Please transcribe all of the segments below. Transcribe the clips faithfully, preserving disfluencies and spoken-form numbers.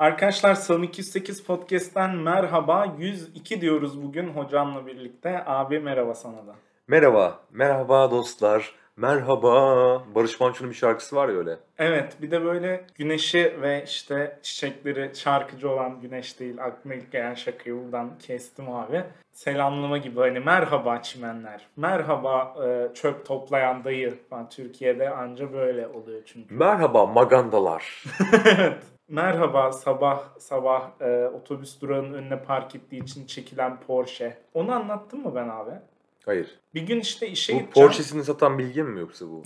Arkadaşlar Salon iki yüz sekiz Podcast'ten merhaba. yüz iki diyoruz bugün hocamla birlikte. Abi merhaba sana da. Merhaba, merhaba dostlar, merhaba. Barış Manço'nun bir şarkısı var ya öyle. Evet, bir de böyle güneşi ve işte çiçekleri, şarkıcı olan Güneş değil, aklıma ilk gelen şakayı buradan kestim abi. Selamlama gibi hani merhaba çimenler, merhaba e, çöp toplayan dayı falan. Türkiye'de anca böyle oluyor çünkü. Merhaba magandalar. Evet. Merhaba sabah sabah e, otobüs durağının önüne park ettiği için çekilen Porsche. Onu anlattım mı ben abi? Hayır. Bir gün işte işe Bu gideceğim. Porsche'sini satan bilgin mi yoksa bu?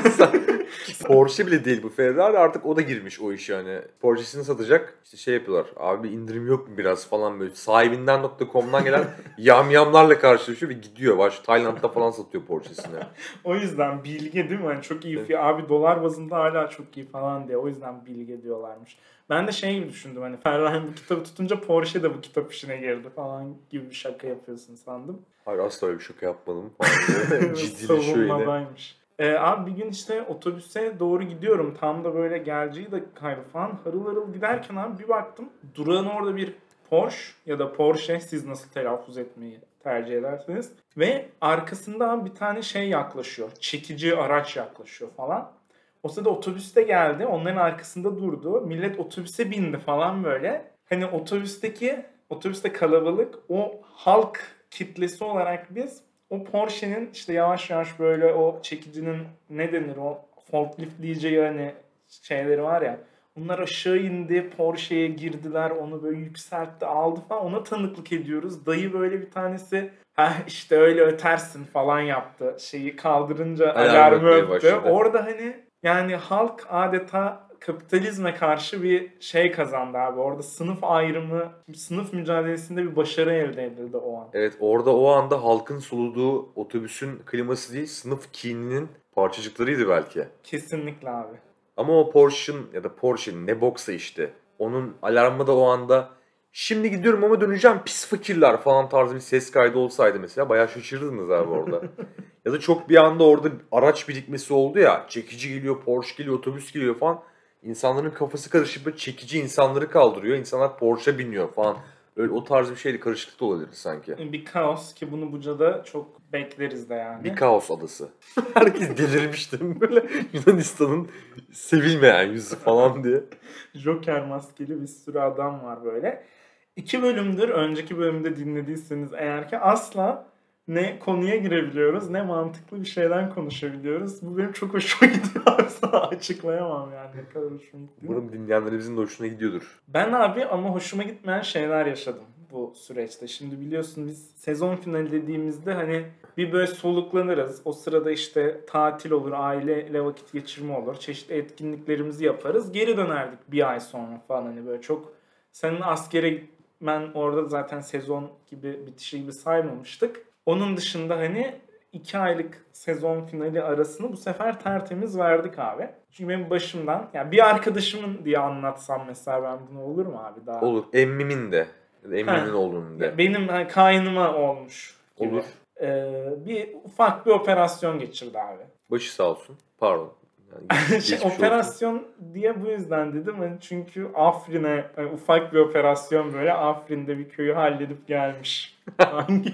Porsche bile değil bu, Ferrari artık o da girmiş o iş yani. Porsche'sini satacak, işte şey yapıyorlar. Abi indirim yok mu biraz falan böyle. Sahibinden nokta com'dan gelen yamyamlarla karşılaşıyor ve gidiyor. Baş Tayland'da falan satıyor Porsche'sini. O yüzden bilge değil mi? Yani çok iyi. Evet. Abi dolar bazında hala çok iyi falan diye. O yüzden bilge diyorlarmış. Ben de şey gibi düşündüm hani Ferrari bu kitabı tutunca Porsche de bu kitap işine girdi falan gibi bir şaka yapıyorsun sandım. Hayır, asla öyle bir şaka yapmadım falan. Ciddileşiyor yine. Savunmadaymış. Ee, abi bir gün işte otobüse doğru gidiyorum. Tam da böyle geleceği dakikaydı falan. Harıl harıl giderken abi bir baktım. Durağın orada bir Porsche ya da Porsche, siz nasıl telaffuz etmeyi tercih ederseniz. Ve arkasında abi bir tane şey yaklaşıyor. Çekici araç yaklaşıyor falan. O sırada otobüs de geldi. Onların arkasında durdu. Millet otobüse bindi falan böyle. Hani otobüsteki, otobüste kalabalık, o halk kitlesi olarak biz o Porsche'nin işte yavaş yavaş böyle o çekicinin ne denir o forkliftleyeceği hani şeyleri var ya, bunlar aşağı indi, Porsche'ye girdiler, onu böyle yükseltti, aldı falan, ona tanıklık ediyoruz. Dayı böyle bir tanesi ha işte öyle ötersin falan yaptı. Şeyi kaldırınca Alarm alarmı ötmeye öptü. başladı. Orada hani yani halk adeta kapitalizme karşı bir şey kazandı abi. Orada sınıf ayrımı, sınıf mücadelesinde bir başarı elde edildi o an. Evet, orada o anda halkın soluduğu otobüsün kliması değil, sınıf kininin parçacıklarıydı belki. Kesinlikle abi. Ama o Porsche'ın ya da Porsche'nin ne boksa işte, onun alarmı da o anda şimdi gidiyorum ama döneceğim pis fakirler falan tarzı bir ses kaydı olsaydı mesela bayağı şaşırırdınız abi orada. Ya da çok bir anda orada araç birikmesi oldu ya, çekici geliyor, Porsche geliyor, otobüs geliyor falan. İnsanların kafası karışıp böyle çekici insanları kaldırıyor, insanlar Porsche'a biniyor falan. Öyle o tarz bir şeydi, karışıklık da olabilirdi sanki. Bir kaos ki bunu Buca'da çok bekleriz de yani. Bir kaos adası. Herkes delirmişti böyle Yunanistan'ın sevilmeyen yüzü falan diye. Joker maskeli bir sürü adam var böyle. İki bölümdür, önceki bölümde dinlediyseniz eğer ki asla ne konuya girebiliyoruz ne mantıklı bir şeyden konuşabiliyoruz. Bu benim çok hoşuma gidiyor. Sana açıklayamam yani ne kadar hoşuma gidiyor. Umarım dinleyenlerimizin de hoşuna gidiyordur. Ben abi ama hoşuma gitmeyen şeyler yaşadım bu süreçte. Şimdi biliyorsun biz sezon finali dediğimizde hani bir böyle soluklanırız. O sırada işte tatil olur, aileyle vakit geçirme olur. Çeşitli etkinliklerimizi yaparız. Geri dönerdik bir ay sonra falan hani böyle çok. Senin askere gitmen orada zaten sezon gibi bitişi gibi saymamıştık. Onun dışında hani iki aylık sezon finali arasını bu sefer tertemiz verdik abi. Çünkü benim başımdan, yani bir arkadaşımın diye anlatsam mesela ben bunu olur mu abi daha? Olur. Emmimin de. Ya da emmimin Heh, oğlunun de. benim hani kaynıma olmuş gibi. Olur. Ee, bir ufak bir operasyon geçirdi abi. Başı sağ olsun. Pardon. Yani şey, geçmiş operasyon olsun. diye bu yüzden dedim. Hani çünkü Afrin'e hani ufak bir operasyon böyle Afrin'de bir köyü halledip gelmiş. Hangi?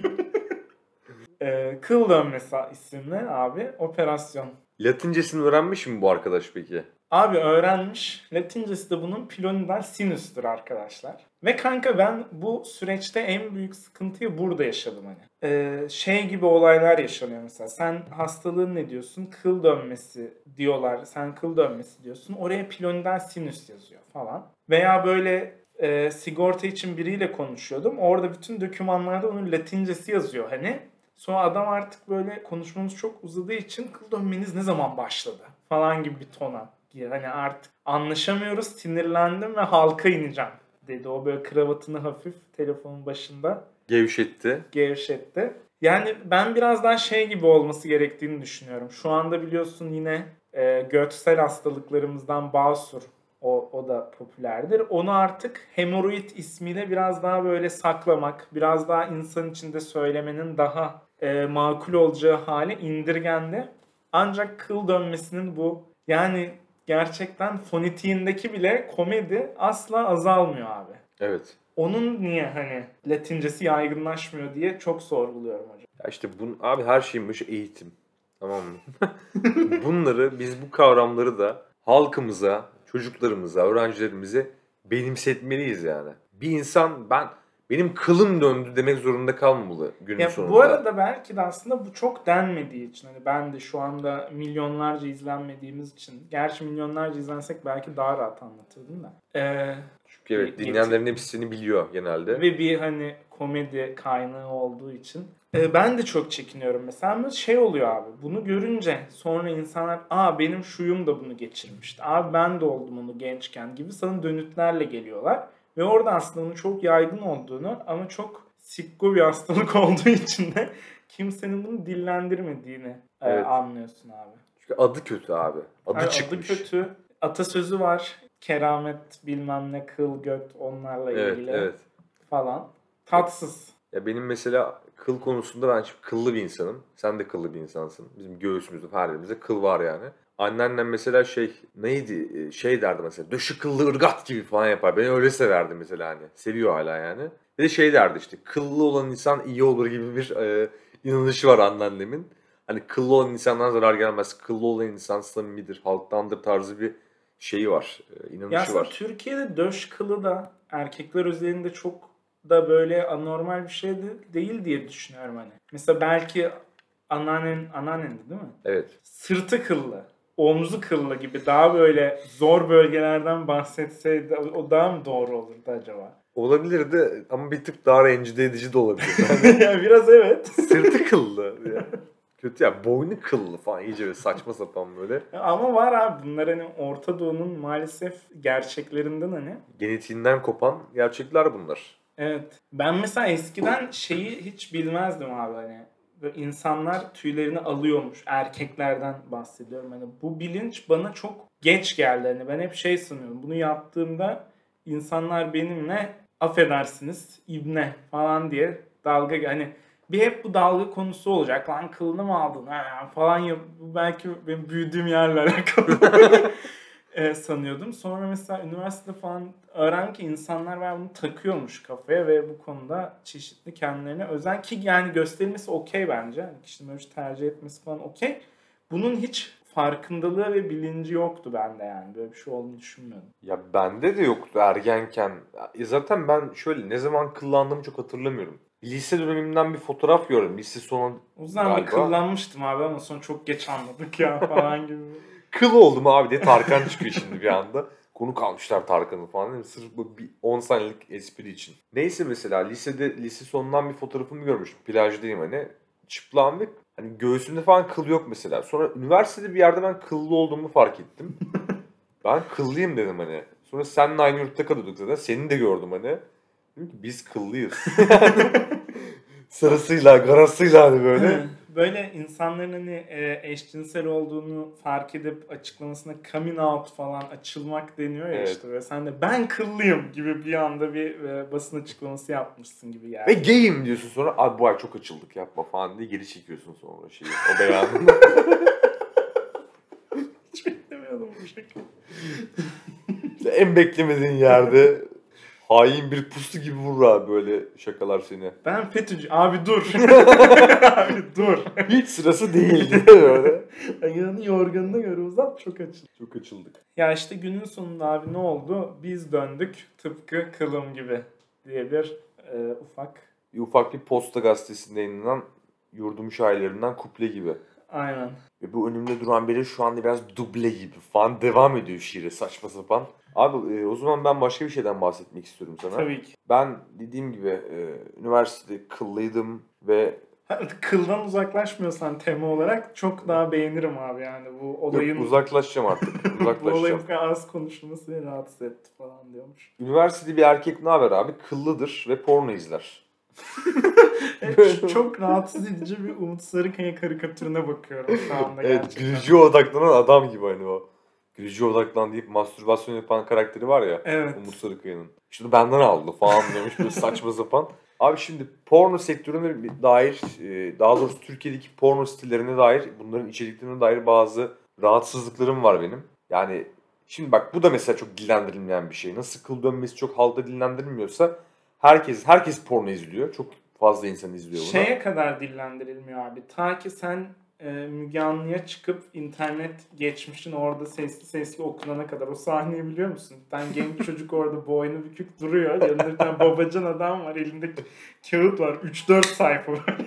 ee, kıl dönmesi isimli abi operasyon. Latincesini öğrenmiş mi bu arkadaş peki? Abi öğrenmiş. Latincesi de bunun pilonidal sinüstür arkadaşlar. Ve kanka ben bu süreçte en büyük sıkıntıyı burada yaşadım hani. Ee, şey gibi olaylar yaşanıyor mesela. Sen hastalığın ne diyorsun? Kıl dönmesi diyorlar. Sen kıl dönmesi diyorsun. Oraya pilonidal sinüs yazıyor falan. Veya böyle e, sigorta için biriyle konuşuyordum. Orada bütün dokümanlarda onun Latincesi yazıyor hani. Sonra adam artık böyle konuşmamız çok uzadığı için kıl dönmeniz ne zaman başladı falan gibi bir tona. Hani artık anlaşamıyoruz, sinirlendim ve halka ineceğim dedi. O böyle kravatını hafif telefonun başında Gevşetti. gevşetti. Yani ben biraz daha şey gibi olması gerektiğini düşünüyorum. Şu anda biliyorsun yine e, götsel hastalıklarımızdan Basur, o, o da popülerdir. Onu artık hemoroid ismiyle biraz daha böyle saklamak, biraz daha insan içinde söylemenin daha e, makul olacağı hale indirgendi. Ancak kıl dönmesinin bu, yani gerçekten fonetiğindeki bile komedi asla azalmıyor abi. Evet. Onun niye hani Latincesi yaygınlaşmıyor diye çok sorguluyorum hocam. Ya işte bun, abi her şeyin başı eğitim. Tamam mı? Bunları biz bu kavramları da halkımıza, çocuklarımıza, öğrencilerimize benimsetmeliyiz yani. Bir insan ben benim kılım döndü demek zorunda kalmamalı günün Ya sonunda. bu arada belki de aslında bu çok denmediği için hani ben de şu anda milyonlarca izlenmediğimiz için, gerçi milyonlarca izlensek belki daha rahat anlatırdım da. Ee, Çünkü evet dinleyenlerin hepsini biliyor genelde. Ve bir hani komedi kaynağı olduğu için. Ee, ben de çok çekiniyorum mesela ama şey oluyor abi. Bunu görünce sonra insanlar aa benim şuyum da bunu geçirmişti. Abi ben de oldum onu gençken gibi sana dönütlerle geliyorlar. Ve orada aslında onun çok yaygın olduğunu ama çok sikko bir hastalık olduğu için de kimsenin bunu dillendirmediğini Evet. e, anlıyorsun abi. Çünkü adı kötü abi. Adı Yani çıkmış. Adı kötü. Atasözü var. Keramet bilmem ne kıl göt onlarla Evet, ilgili evet. falan. Tatsız. Ya benim mesela kıl konusunda ben şimdi kıllı bir insanım. Sen de kıllı bir insansın. Bizim göğsümüzde, her yerimizde kıl var yani. Anneannem mesela şey neydi şey derdi mesela döşü kıllı ırgat gibi falan yapar. Beni öyle severdi mesela hani. Seviyor hala yani. Bir de şey derdi işte kıllı olan insan iyi olur gibi bir e, inanışı var anneannemin. Hani kıllı olan insandan zarar gelmez. Kıllı olan insan samimidir, halktandır tarzı bir şeyi var. E, inanışı Ya aslında var. Türkiye'de döş kılı da erkekler özelinde çok da böyle anormal bir şey de değil diye düşünüyorum hani. Mesela belki anneannen, anneannendi değil mi? Evet. Sırtı kıllı, omzu kıllı gibi daha böyle zor bölgelerden bahsetseydi o daha mı doğru olurdu acaba? Olabilirdi ama bir tık daha rencide edici de olabilirdi. Ya biraz evet. Sırtı kıllı. Yani. Kötü ya. Boynu kıllı falan. İyice böyle saçma sapan böyle. Ama var abi bunlar hani Orta Doğu'nun maalesef gerçeklerinden hani. Genetiğinden kopan gerçekler bunlar. Evet. Ben mesela eskiden şeyi hiç bilmezdim abi hani. Böyle insanlar tüylerini alıyormuş. Erkeklerden bahsediyorum. Hani bu bilinç bana çok geç geldi. Hani ben hep şey sanıyorum. Bunu yaptığımda insanlar benimle affedersiniz ibne falan diye dalga hani bir hep bu dalga konusu olacak. Lan kılını mı aldın ha, falan yap. Bu belki benim büyüdüğüm yerle alakalı e, sanıyordum. Sonra mesela üniversitede falan öğrendim ki insanlar var bunu takıyormuş kafaya ve bu konuda çeşitli kendilerine özel ki yani gösterilmesi okey bence. Yani kişinin böyle tercih etmesi falan okey. Bunun hiç farkındalığı ve bilinci yoktu bende yani. Böyle bir şey olduğunu düşünmüyordum. Ya bende de yoktu ergenken. Ya zaten ben şöyle ne zaman kıllandığımı çok hatırlamıyorum. Lise dönemimden bir fotoğraf gördüm. Lise sonu O zaman bir galiba. kıllanmıştım abi ama sonra çok geç anladık ya falan gibi. Kıl oldum abi diye Tarkan çıkıyor şimdi bir anda. Konu kalmışlar Tarkan'ı falan. Değil mi? Sırf bu bir on saniyelik espri için. Neyse mesela lisede lise sonundan bir fotoğrafımı görmüştüm. Plajdayım hani. Çıplağım ve hani göğsümde falan kıl yok mesela. Sonra üniversitede bir yerde ben kıllı olduğumu fark ettim. Ben kıllıyım dedim hani. Sonra seninle aynı yurtta kalıyorduk zaten. Seni de gördüm hani. Dedim ki biz kıllıyız. Sarısıyla, garasıyla hani böyle. Böyle insanların hani e, eşcinsel olduğunu fark edip açıklamasına coming out falan açılmak deniyor ya Evet. işte. Ve sen de ben kıllıyım gibi bir anda bir e, basın açıklaması yapmışsın gibi yani. Ve gayim diyorsun sonra. Abi bu ay çok açıldık yapma falan diye geri çekiyorsun sonra şeyi. O beyanını. Hiç beklemiyordum bu şekilde. İşte en beklemediğin yerde hain bir pusu gibi vurur abi böyle şakalar seni. Ben FETÖ'cü. Abi dur. Abi dur. Hiç sırası değildi böyle. Ayağını yorganına göre uzat çok açıl. Çok açıldık. Ya işte günün sonunda abi ne oldu? Biz döndük tıpkı kılım gibi diye bir e, ufak. Bir ufak bir Posta Gazetesi'nde yayınlanan yurdum şairlerinden kuple gibi. Aynen. Ve bu önümde duran biri şu anda biraz duble gibi falan devam ediyor şiire saçma sapan. Abi e, o zaman ben başka bir şeyden bahsetmek istiyorum sana. Tabii ki. Ben dediğim gibi e, üniversitede kıllıydım ve Ha, kıldan uzaklaşmıyorsan tema olarak çok daha beğenirim abi yani bu olayın. Yok, uzaklaşacağım artık. Bu olayın Uzaklaşacağım. bu kadar az konuşulması beni rahatsız etti falan diyormuş. Üniversitede bir erkek ne haber abi? Kıllıdır ve porno izler. Evet, çok rahatsız edici bir Umut Sarıkaya karikatürüne bakıyorum şu anda Evet, gerçekten. gülücüye odaklanan adam gibi hani o. Gülücüye odaklan deyip mastürbasyon yapan karakteri var ya. Evet. Umut Sarıkaya'nın. Şunu benden aldı falan demiş böyle saçma sapan. Abi şimdi porno sektörüne dair, e, daha doğrusu Türkiye'deki porno sitelerine dair, bunların içeriklerine dair bazı rahatsızlıklarım var benim. Yani Şimdi bak bu da mesela çok dillendirilmeyen bir şey. Nasıl kıl dönmesi çok halkta dillendirilmiyorsa herkes herkes porno izliyor. Çok fazla insan izliyor bunu. Şeye kadar dillendirilmiyor abi. Ta ki sen e, Müge Anlı'ya çıkıp internet geçmişin orada sesli sesli okunana kadar. O sahneyi biliyor musun? Bir tane genç çocuk orada boynu bükük duruyor. Yanında bir tane babacan adam var. Elinde kağıt var. üç dört sayfa böyle.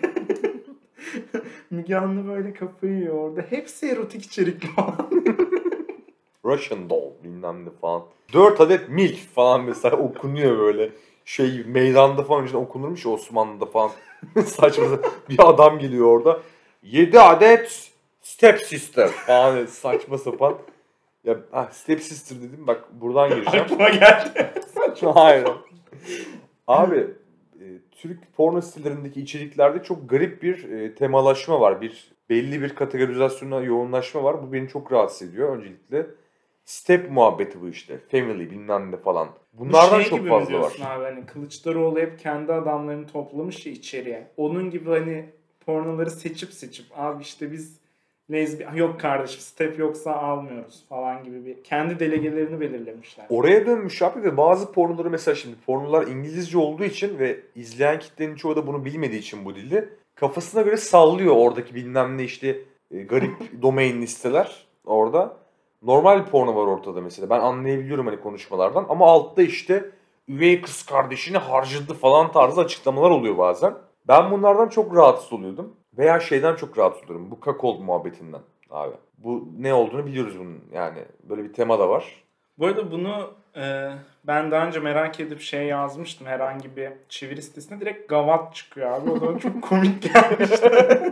Müge Anlı böyle kafayı yiyor orada. Hepsi erotik içerikli falan. Russian doll bilmem ne falan. dört adet milk falan mesela okunuyor böyle. Şey meydanda falan önceden okunurmuş Osmanlı'da falan. Saçma bir adam geliyor orada. yedi adet step sister falan saçma sapan. Ya ah, step sister dedim bak buradan gireceğim. Aklıma geldi. Hayır. Abi e, Türk porno sitelerindeki içeriklerde çok garip bir e, temalaşma var. Bir belli bir kategorizasyona yoğunlaşma var. Bu beni çok rahatsız ediyor öncelikle. Step muhabbeti bu işte. Family bilmem ne falan. Bunlardan Bu şey çok gibi fazla mi var. diyorsun abi hani Kılıçdaroğlu hep kendi adamlarını toplamış ya içeriye. Onun gibi hani pornoları seçip seçip abi işte biz lezbiyen yok kardeşim step yoksa almıyoruz falan gibi bir kendi delegelerini belirlemişler. Oraya dönmüş abi ve bazı pornoları mesela şimdi pornolar İngilizce olduğu için ve izleyen kitlenin çoğu da bunu bilmediği için bu dili kafasına göre sallıyor oradaki bilmem ne işte e, garip domain listeler orada. Normal bir porno var ortada mesela. Ben anlayabiliyorum hani konuşmalardan ama altta işte üvey kız kardeşini harcadı falan tarzı açıklamalar oluyor bazen. Ben bunlardan çok rahatsız oluyordum. Veya şeyden çok rahatsız oluyorum. Bu cuckold muhabbetinden abi. Bu ne olduğunu biliyoruz bunun yani. Böyle bir tema da var. Bu arada bunu e, ben daha önce merak edip şey yazmıştım herhangi bir çeviri sitesine direkt gavat çıkıyor abi. O da çok komik gelmişti.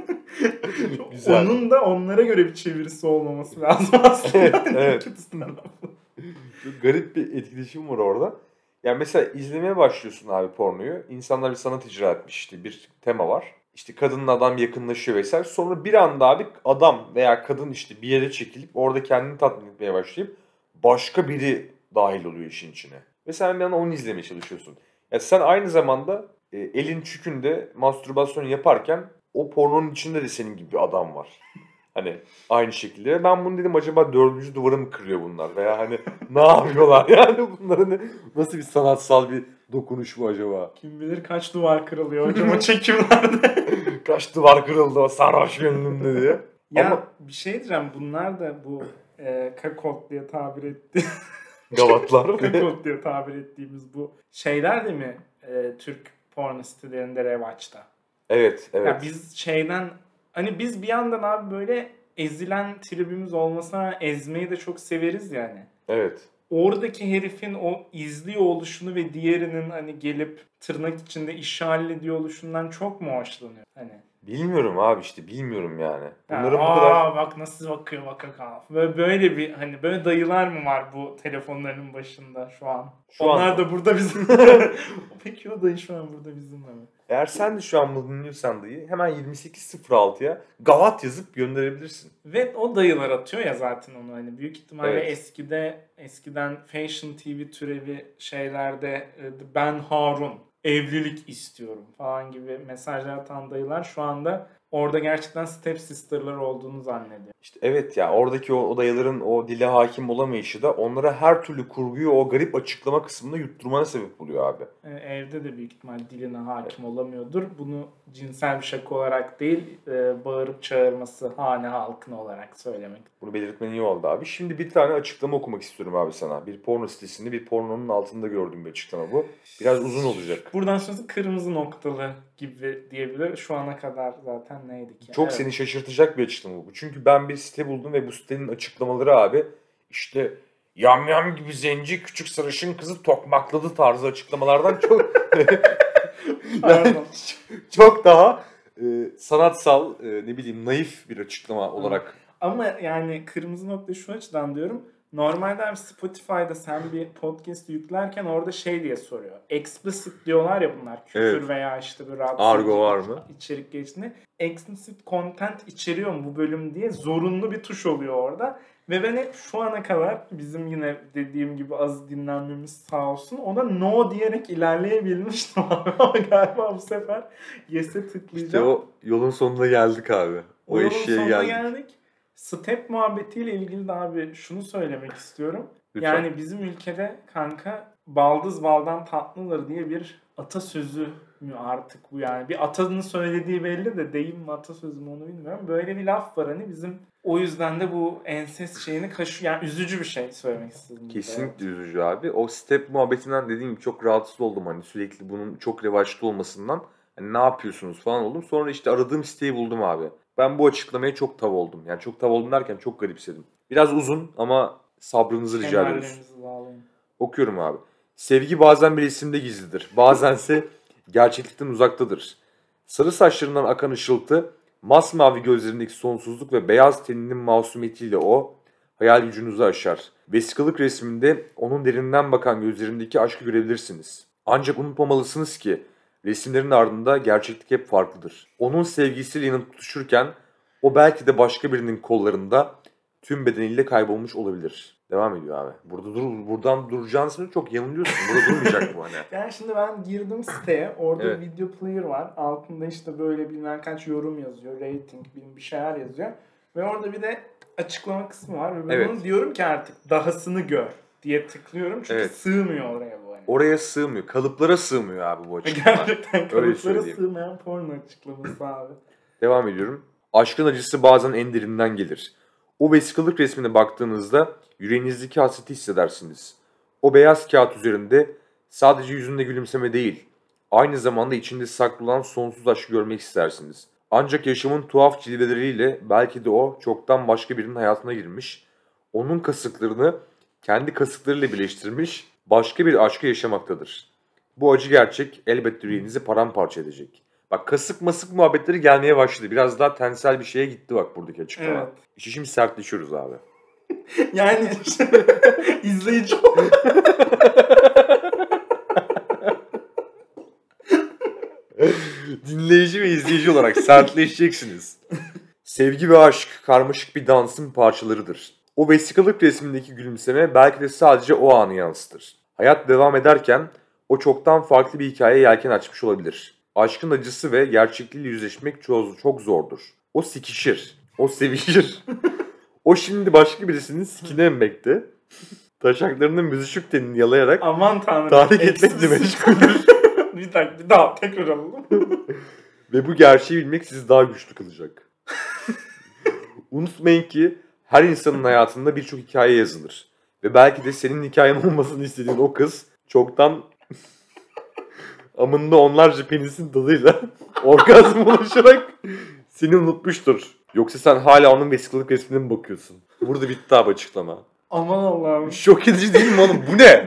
Güzel. Onun da onlara göre bir çevirisi olmaması lazım aslında. Evet, evet. Kötüsünden. Çok garip bir etkileşim var orada. Yani mesela izlemeye başlıyorsun abi pornoyu. İnsanlar bir sanat icra etmiş işte bir tema var. İşte kadınla adam yakınlaşıyor vesaire. Sonra bir anda abi adam veya kadın işte bir yere çekilip orada kendini tatmin etmeye başlayıp başka biri dahil oluyor işin içine. Ve sen bir yandan onu izlemeye çalışıyorsun. Yani sen aynı zamanda e, elin çükünde mastürbasyon yaparken o pornonun içinde de senin gibi bir adam var. Hani aynı şekilde. Ben bunu dedim acaba dördüncü duvarı mı kırıyor bunlar? Veya hani ne yapıyorlar? Yani bunların nasıl bir sanatsal bir dokunuş bu acaba? Kim bilir kaç duvar kırılıyor hocam o çekimlerde. Kaç duvar kırıldı o sarhoş gönlümde diye. Ya Ama bir şey diyeceğim bunlar da bu e, kakot diye tabir etti. gavatlar. kakot diye tabir ettiğimiz bu şeyler de mi e, Türk porno sitelerinde revaçta? Evet, evet. Ya biz şeyden hani biz bir yandan abi böyle ezilen tribimiz olmasına ezmeyi de çok severiz yani. Evet. Oradaki herifin o izliyor oluşunu ve diğerinin hani gelip tırnak içinde işi hallediyor oluşundan çok mu hoşlanıyor? Hani Bilmiyorum abi işte bilmiyorum yani. yani, Bunların bu aa kadar... bak nasıl bakıyor bak kaka. Böyle, böyle bir hani böyle dayılar mı var bu telefonlarının başında şu an? Şu Onlar an da burada bizim. Peki o dayı şu an burada bizimle mi? Eğer sen de şu an bunu dinliyorsan dayı hemen yirmi sekiz sıfır altıya gavat yazıp gönderebilirsin. Ve o dayılar atıyor ya zaten onu hani büyük ihtimalle Evet. eskide eskiden Fashion T V türevi şeylerde e, ben Harun evlilik istiyorum falan gibi mesajlar atan dayılar şu anda orada gerçekten step sister'lar olduğunu zannediyor. İşte evet ya oradaki o, o dayıların o dile hakim olamayışı da onlara her türlü kurguyu o garip açıklama kısmında yutturmana sebep oluyor abi. E, evde de büyük ihtimal diline hakim olamıyordur. Bunu cinsel bir şaka olarak değil e, bağırıp çağırması hane halkına olarak söylemek. Bunu belirtmen iyi oldu abi. Şimdi bir tane açıklama okumak istiyorum abi sana. Bir porno sitesinde bir pornonun altında gördüğüm bir açıklama bu. Biraz uzun olacak. Buradan sonrası kırmızı noktalı gibi diyebilir. Şu ana kadar zaten neydik ya? Çok Evet. seni şaşırtacak bir açıklama bu. Çünkü ben bir site buldum ve bu sitenin açıklamaları abi işte yamyam gibi zenci küçük sarışın kızı tokmakladı tarzı açıklamalardan çok yani çok daha e, sanatsal e, ne bileyim naif bir açıklama olarak. Ama yani kırmızı nokta şu açıdan diyorum. Normalde abi Spotify'da sen bir podcast yüklerken orada şey diye soruyor. Explicit diyorlar ya bunlar. Küfür Evet. veya işte bir rahatsız Argo edici var mı? içerik geçtiğinde. Explicit content içeriyor mu bu bölüm diye zorunlu bir tuş oluyor orada. Ve ben hep şu ana kadar bizim yine dediğim gibi az dinlenmemiz sağ olsun ona no diyerek ilerleyebilmiştim abi. Ama galiba bu sefer yes'e tıklayacağım. İşte o yolun sonuna geldik abi. O, O yolun eşeğe sonuna geldik. geldik. Step muhabbetiyle ilgili de abi şunu söylemek istiyorum. Lütfen. Yani bizim ülkede kanka baldız baldan tatlıdır diye bir atasözü mü artık bu yani. Bir atanın söylediği belli de deyim mi atasözü mü onu bilmiyorum. Böyle bir laf var hani bizim o yüzden de bu ensest şeyini kaşıyor. Yani üzücü bir şey söylemek istedim. Kesinlikle üzücü abi. O step muhabbetinden dediğim gibi çok rahatsız oldum hani sürekli bunun çok revaçta olmasından. Hani ne yapıyorsunuz falan oldum. Sonra işte aradığım siteyi buldum abi. Ben bu açıklamaya çok tav oldum. Yani çok tav oldum derken çok garipsedim. Biraz uzun ama sabrınızı rica ediyoruz. Kemerlerinizi bağlayın. Okuyorum abi. Sevgi bazen bir isimde gizlidir. Bazense gerçeklikten uzaktadır. Sarı saçlarından akan ışıltı, masmavi gözlerindeki sonsuzluk ve beyaz teninin masumiyetiyle o, hayal gücünüzü aşar. Vesikalık resminde onun derinden bakan gözlerindeki aşkı görebilirsiniz. Ancak unutmamalısınız ki resimlerin ardında gerçeklik hep farklıdır. Onun sevgisiyle yanıp tutuşurken o belki de başka birinin kollarında tüm bedeniyle kaybolmuş olabilir. Devam ediyor abi. Burada dur, buradan duracağın sonra çok yanılıyorsun. Burada durmayacak bu hani. Yani şimdi ben girdim siteye. Orada Evet. video player var. Altında işte böyle bilmem kaç yorum yazıyor. Rating, bir şeyler yazıyor. Ve orada bir de açıklama kısmı var. Ve ben Evet. onu diyorum ki artık dahasını gör diye tıklıyorum. Çünkü Evet. sığmıyor oraya bu. Hani. Oraya sığmıyor. Kalıplara sığmıyor abi bu açıklama. Gerçekten kalıplara sığmayan porno açıklaması abi. Devam ediyorum. Aşkın acısı bazen en derinden gelir. O vesikalık resmine baktığınızda yüreğinizdeki hasreti hissedersiniz. O beyaz kağıt üzerinde sadece yüzünde gülümseme değil, aynı zamanda içinde saklı olan sonsuz aşkı görmek istersiniz. Ancak yaşamın tuhaf cilveleriyle belki de o çoktan başka birinin hayatına girmiş, onun kasıklarını kendi kasıklarıyla birleştirmiş, başka bir aşkı yaşamaktadır. Bu acı gerçek elbette yüreğinizi paramparça edecek. Bak kasık masık muhabbetleri gelmeye başladı. Biraz daha tensel bir şeye gitti bak buradaki açıklama. Evet. İşte şimdi sertleşiyoruz abi. Yani izleyici Dinleyici ve izleyici olarak sertleşeceksiniz. Sevgi ve aşk karmaşık bir dansın parçalarıdır. O vesikalık resmindeki gülümseme belki de sadece o anı yansıtır. Hayat devam ederken o çoktan farklı bir hikayeye yelken açmış olabilir. Aşkın acısı ve gerçekliğiyle yüzleşmek çok, çok zordur. O sikişir. O sevişir. O şimdi başka birisinin sikine emmekte. Taşaklarının müzüşük tenini yalayarak aman tanrım. tahrik etmekle meşguldür. bir dakika bir daha tekrar alalım. Ve bu gerçeği bilmek sizi daha güçlü kılacak. Unutmayın ki her insanın hayatında birçok hikaye yazılır. Ve belki de senin hikayen olmasını istediğin o kız çoktan amında onlarca penisin tadıyla orgazm ulaşarak seni unutmuştur. Yoksa sen hala onun vesikalık resmine mi bakıyorsun? Burada bitti abi açıklama. Aman Allah'ım. Şok edici değil mi oğlum? Bu ne?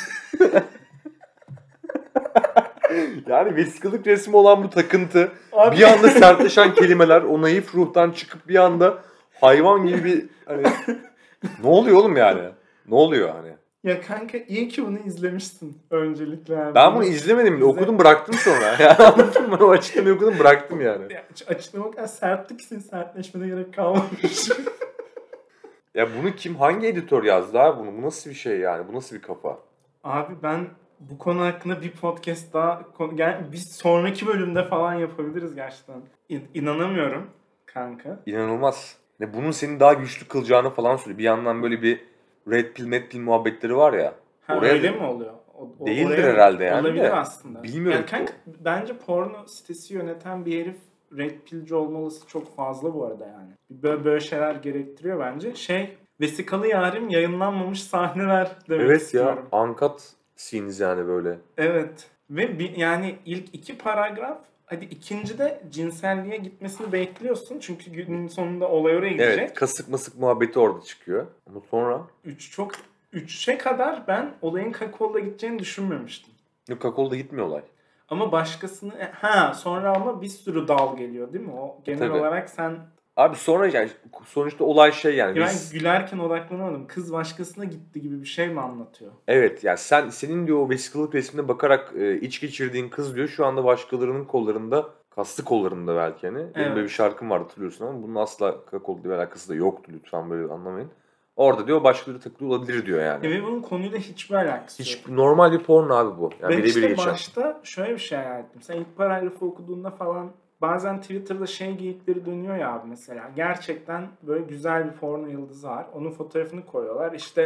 Yani vesikalık resmi olan bu takıntı, Abi. bir anda sertleşen kelimeler, o naif ruhtan çıkıp bir anda hayvan gibi bir hani ne oluyor oğlum yani? Ne oluyor hani? Ya kanka iyi ki bunu izlemişsin öncelikle. Yani. Ben bunu izlemedim bile. İzle- Okudum bıraktım sonra. Yani anladın mı? O açıklamayı okudum bıraktım yani. Ya, açıklama kadar sertlik için sertleşmene gerek kalmamış. Ya bunu kim, hangi editör yazdı abi bunu? Bu nasıl bir şey yani? Bu nasıl bir kafa? Abi ben bu konu hakkında bir podcast daha konu, gel, biz sonraki bölümde falan yapabiliriz gerçekten. İn, inanamıyorum kanka. İnanılmaz. Ne bunun seni daha güçlü kılacağını falan söylüyor. Bir yandan böyle bir red pill, met pill muhabbetleri var ya. Ha, oraya öyle mi oluyor? O, o- Değildir oraya- herhalde yani Olabilir de. aslında. Bilmiyorum Yani ki kanka bence porno sitesi yöneten bir herif red pillci olmalısı çok fazla bu arada yani. Böyle, böyle şeyler gerektiriyor bence. Şey, Vesikalı Yarim yayınlanmamış sahneler demek Evet istiyorum. ya, uncut scenes yani böyle. Evet. Ve bir, yani ilk iki paragraf, hadi ikincide cinselliğe gitmesini bekliyorsun. Çünkü günün sonunda olay oraya gidecek. Evet, kasık masık muhabbeti orada çıkıyor. Ama sonra Üç çok üçe kadar ben olayın kakaola gideceğini düşünmemiştim. yok, kakaoda gitmiyor olay. Ama başkasını ha sonra ama bir sürü dal geliyor değil mi? O genel Tabii. olarak sen Abi sonra yani sonuçta olay şey yani. ben Biz, gülerken odaklanamadım. Kız başkasına gitti gibi bir şey mi anlatıyor? evet yani sen senin diyor o vesikalık resmine bakarak e, iç geçirdiğin kız diyor şu anda başkalarının kollarında, kaslı kollarında belki hani. Benim Evet. böyle bir şarkım var hatırlıyorsun ama bunun asla kakaolu bir alakası da yoktu, lütfen böyle anlamayın. Orada diyor başkaları takılıyor olabilir diyor yani. E ve bunun konuyla hiçbir alakası Hiç yok. normal bir porno abi bu. Yani Ben birebir işte geçen. başta şöyle bir şey hayal ettim. Sen ilk paragrafı okuduğunda falan bazen Twitter'da şey geyikleri dönüyor ya abi mesela. Gerçekten böyle güzel bir porno yıldızı var. Onun fotoğrafını koyuyorlar. İşte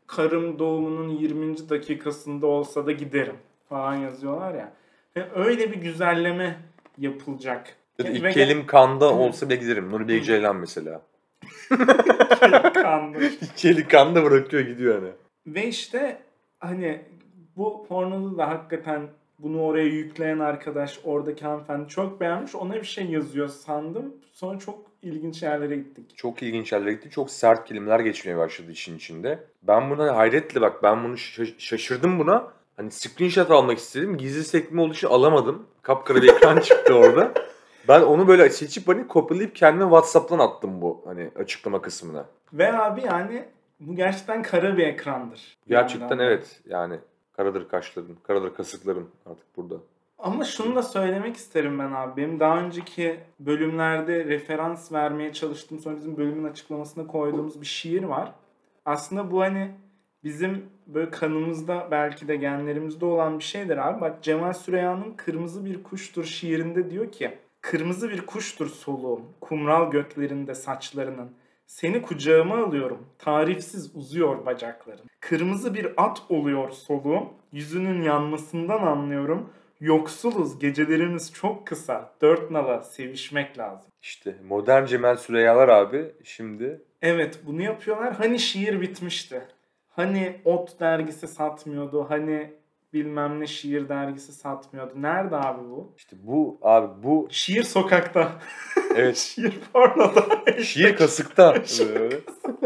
karım doğumunun yirminci dakikasında olsa da giderim falan yazıyorlar ya. Ve öyle bir güzelleme yapılacak. Ya da Ve- iki elim kanda olsa bile giderim. Nuri Bilge Ceylan mesela. Kandı. İki eli kanda bırakıyor gidiyor hani. Ve işte hani bu pornoda da hakikaten bunu oraya yükleyen arkadaş, oradaki hanımefendi çok beğenmiş. Ona bir şey yazıyor sandım. Sonra çok ilginç yerlere gittik. Çok ilginç yerlere gitti. Çok sert kelimeler geçmeye başladı işin içinde. Ben buna hayretle bak ben bunu şaş- şaşırdım buna. Hani screenshot almak istedim. Gizli sekme olduğu için alamadım. Kapkara bir ekran çıktı orada. Ben onu böyle seçip hani kopyalayıp kendime WhatsApp'tan attım bu hani açıklama kısmına. Ve abi yani bu gerçekten kara bir ekrandır. Gerçekten Yani evet yani karadır kaşların, karadır kasıkların artık burada. Ama şunu da söylemek isterim ben abi. Benim daha önceki bölümlerde referans vermeye çalıştığım, sonra bizim bölümün açıklamasına koyduğumuz bir şiir var. Aslında bu hani bizim böyle kanımızda, belki de genlerimizde olan bir şeydir abi. Bak Cemal Süreyya'nın Kırmızı Bir Kuştur şiirinde diyor ki: kırmızı bir kuştur soluğum, kumral göklerinde saçlarının. Seni kucağıma alıyorum, tarifsiz uzuyor bacakların. Kırmızı bir at oluyor soluğum, yüzünün yanmasından anlıyorum. Yoksuluz, gecelerimiz çok kısa, dört nala sevişmek lazım. İşte modern Cemal Süreyyalar abi şimdi. Evet, bunu yapıyorlar. Hani şiir bitmişti. Hani Ot dergisi satmıyordu. Hani bilmem ne şiir dergisi satmıyordu. Nerede abi bu? İşte bu abi bu Şiir sokakta. evet Şiir pornoda. şiir kasıkta. Böyle.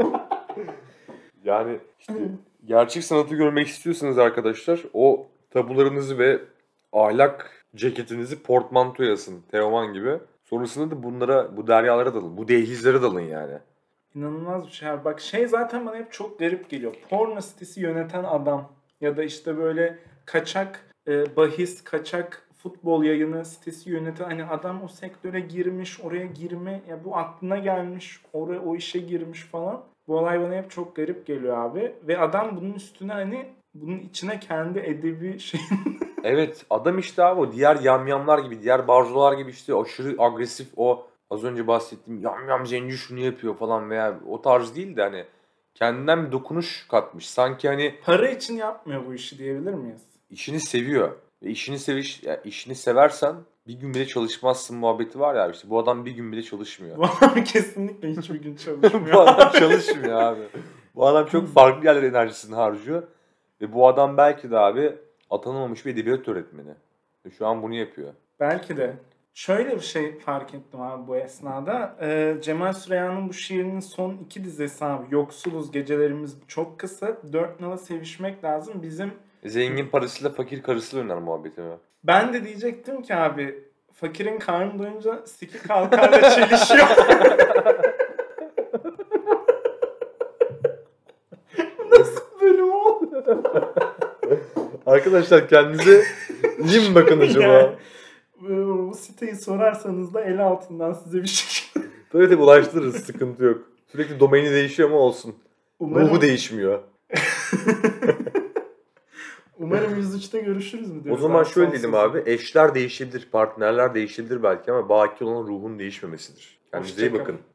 Yani işte gerçek sanatı görmek istiyorsanız arkadaşlar o tabularınızı ve ahlak ceketinizi portmantoya asın. Teoman gibi. Sonrasında da bunlara, bu deryalara dalın. Bu dehlizlere dalın yani. İnanılmaz bir şey. Bak şey zaten bana hep çok garip geliyor. Porno sitesi yöneten adam ya da işte böyle kaçak e, bahis, kaçak futbol yayını sitesi yöneten hani adam o sektöre girmiş, oraya girme ya bu aklına gelmiş, oraya o işe girmiş falan. Bu olay bana hep çok garip geliyor abi ve adam bunun üstüne hani bunun içine kendi edebi şey. Evet adam işte abi o diğer yamyamlar gibi, diğer barzolar gibi işte aşırı agresif o az önce bahsettiğim yamyam zenci şunu yapıyor falan veya o tarz değil de hani kendinden bir dokunuş katmış. Sanki hani Para için yapmıyor bu işi diyebilir miyiz? işini seviyor. Ve işini seviş, yani işini seversen bir gün bile çalışmazsın muhabbeti var ya işte bu adam bir gün bile çalışmıyor. Bu adam kesinlikle hiçbir gün çalışmıyor. Bu adam çalışmıyor abi. Bu adam çok farklı yerlere enerjisini harcıyor. Ve bu adam belki de abi atanamamış bir edebiyat öğretmeni. Ve şu an bunu yapıyor. Belki de. Şöyle bir şey fark ettim abi bu esnada. Ee, Cemal Süreyya'nın bu şiirinin son iki dizesi abi. Yoksuluz, gecelerimiz çok kısa. Dört nala sevişmek lazım. Bizim Zengin parasıyla fakir karısıyla oynar muhabbeti mi? ben de diyecektim ki abi fakirin karnı doyunca siki kalkarla çelişiyor. Nasıl bölüm oldu? Arkadaşlar kendinize iyi mi bakın acaba? Yani, bu siteyi sorarsanız da el altından size bir şey. Tabii tabii ulaştırırız sıkıntı yok. Sürekli domaini değişiyor ama olsun. Umarım, Ruhu değişmiyor. umarım yüz üçte görüşürüz mü O diyoruz. zaman abi, şöyle son diyelim sözü. abi. Eşler değişebilir, partnerler değişebilir belki ama baki olan ruhun değişmemesidir. Kendinize iyi Hoşça kalın. bakın.